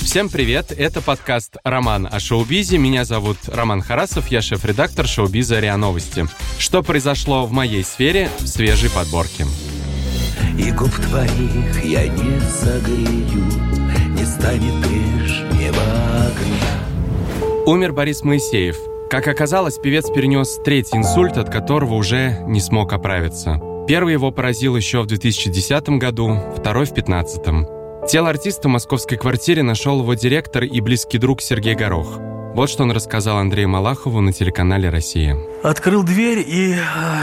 Всем привет, это подкаст «Роман о шоу-бизе». Меня зовут Роман Харасов, я шеф-редактор шоу-биза РИА Новости. Что произошло в моей сфере в свежей подборке. И губ твоих я не согрею, не станет прежнего огня. Умер Борис Моисеев. Как оказалось, певец перенес третий инсульт, от которого уже не смог оправиться. Первый его поразил еще в 2010 году, второй в 2015. Тело артиста в московской квартире нашел его директор и близкий друг Сергей Горох. Вот что он рассказал Андрею Малахову на телеканале «Россия». Открыл дверь и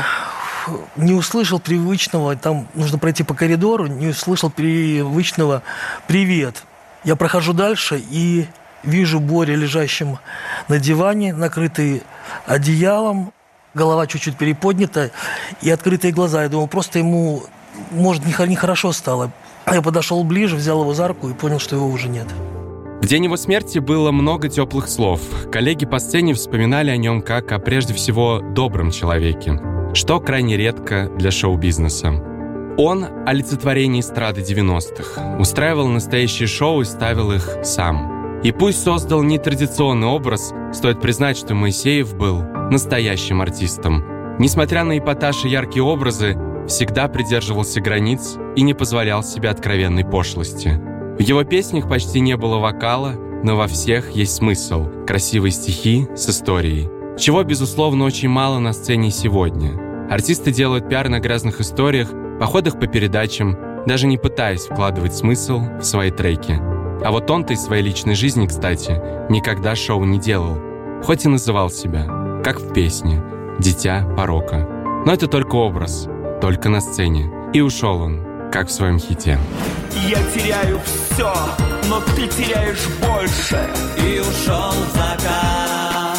не услышал привычного, там нужно пройти по коридору, не услышал привычного «привет». Я прохожу дальше и вижу Борю лежащим на диване, накрытый одеялом, голова чуть-чуть переподнята и открытые глаза. Я думал, просто ему, может, нехорошо стало. Я подошел ближе, взял его за руку и понял, что его уже нет. В день его смерти было много теплых слов. Коллеги по сцене вспоминали о нем как о, прежде всего, добром человеке, что крайне редко для шоу-бизнеса. Он – олицетворение эстрады 90-х, устраивал настоящие шоу и ставил их сам. И пусть создал нетрадиционный образ, стоит признать, что Моисеев был настоящим артистом. Несмотря на эпатаж и яркие образы, всегда придерживался границ и не позволял себе откровенной пошлости. В его песнях почти не было вокала, но во всех есть смысл, красивые стихи с историей. Чего, безусловно, очень мало на сцене сегодня. Артисты делают пиар на грязных историях, походах по передачам, даже не пытаясь вкладывать смысл в свои треки. А вот он-то из своей личной жизни, кстати, никогда шоу не делал, хоть и называл себя, как в песне, «Дитя порока». Но это только образ, только на сцене. И ушел он, как в своем хите. Я теряю все, но ты теряешь больше. И ушел в закат.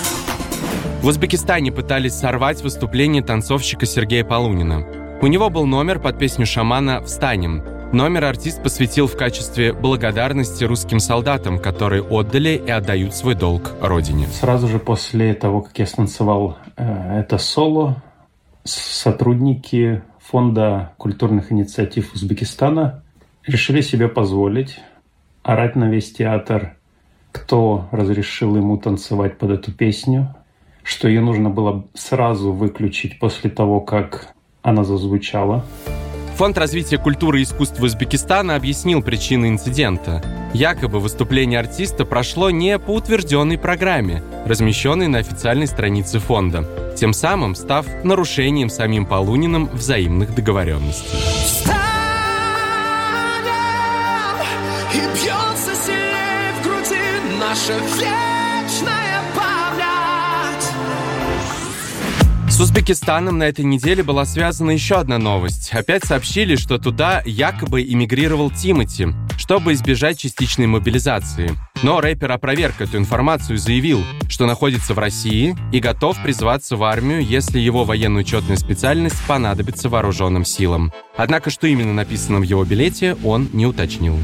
В Узбекистане пытались сорвать выступление танцовщика Сергея Полунина. У него был номер под песню «Шамана» «Встанем». Номер артист посвятил в качестве благодарности русским солдатам, которые отдали и отдают свой долг родине. Сразу же после того, как я станцевал это соло, сотрудники Фонда культурных инициатив Узбекистана решили себе позволить орать на весь театр, кто разрешил ему танцевать под эту песню, что ее нужно было сразу выключить после того, как она зазвучала. Фонд развития культуры и искусства Узбекистана объяснил причины инцидента. Якобы выступление артиста прошло не по утвержденной программе, размещенной на официальной странице фонда, тем самым став нарушением самим Полуниным взаимных договоренностей. Встанем, и бьется сильнее в груди наша вечная память. С Узбекистаном на этой неделе была связана еще одна новость. Опять сообщили, что туда якобы эмигрировал Тимати, чтобы избежать частичной мобилизации. Но рэпер опроверг эту информацию и заявил, что находится в России и готов призваться в армию, если его военно-учетная специальность понадобится вооруженным силам. Однако, что именно написано в его билете, он не уточнил.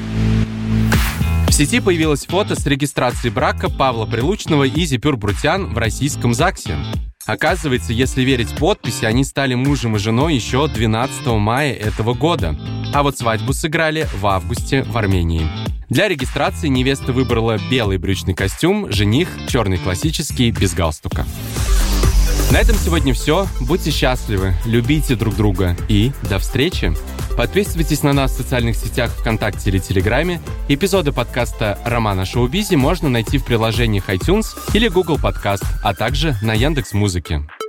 В сети появилось фото с регистрацией брака Павла Прилучного и Зипюр Брутян в российском ЗАГСе. Оказывается, если верить подписи, они стали мужем и женой еще 12 мая этого года. А вот свадьбу сыграли в августе в Армении. Для регистрации невеста выбрала белый брючный костюм, жених – черный классический, без галстука. На этом сегодня все. Будьте счастливы, любите друг друга и до встречи! Подписывайтесь на нас в социальных сетях ВКонтакте или Телеграме. Эпизоды подкаста «Роман о шоу-бизе» можно найти в приложениях iTunes или Google Podcast, а также на Яндекс.Музыке.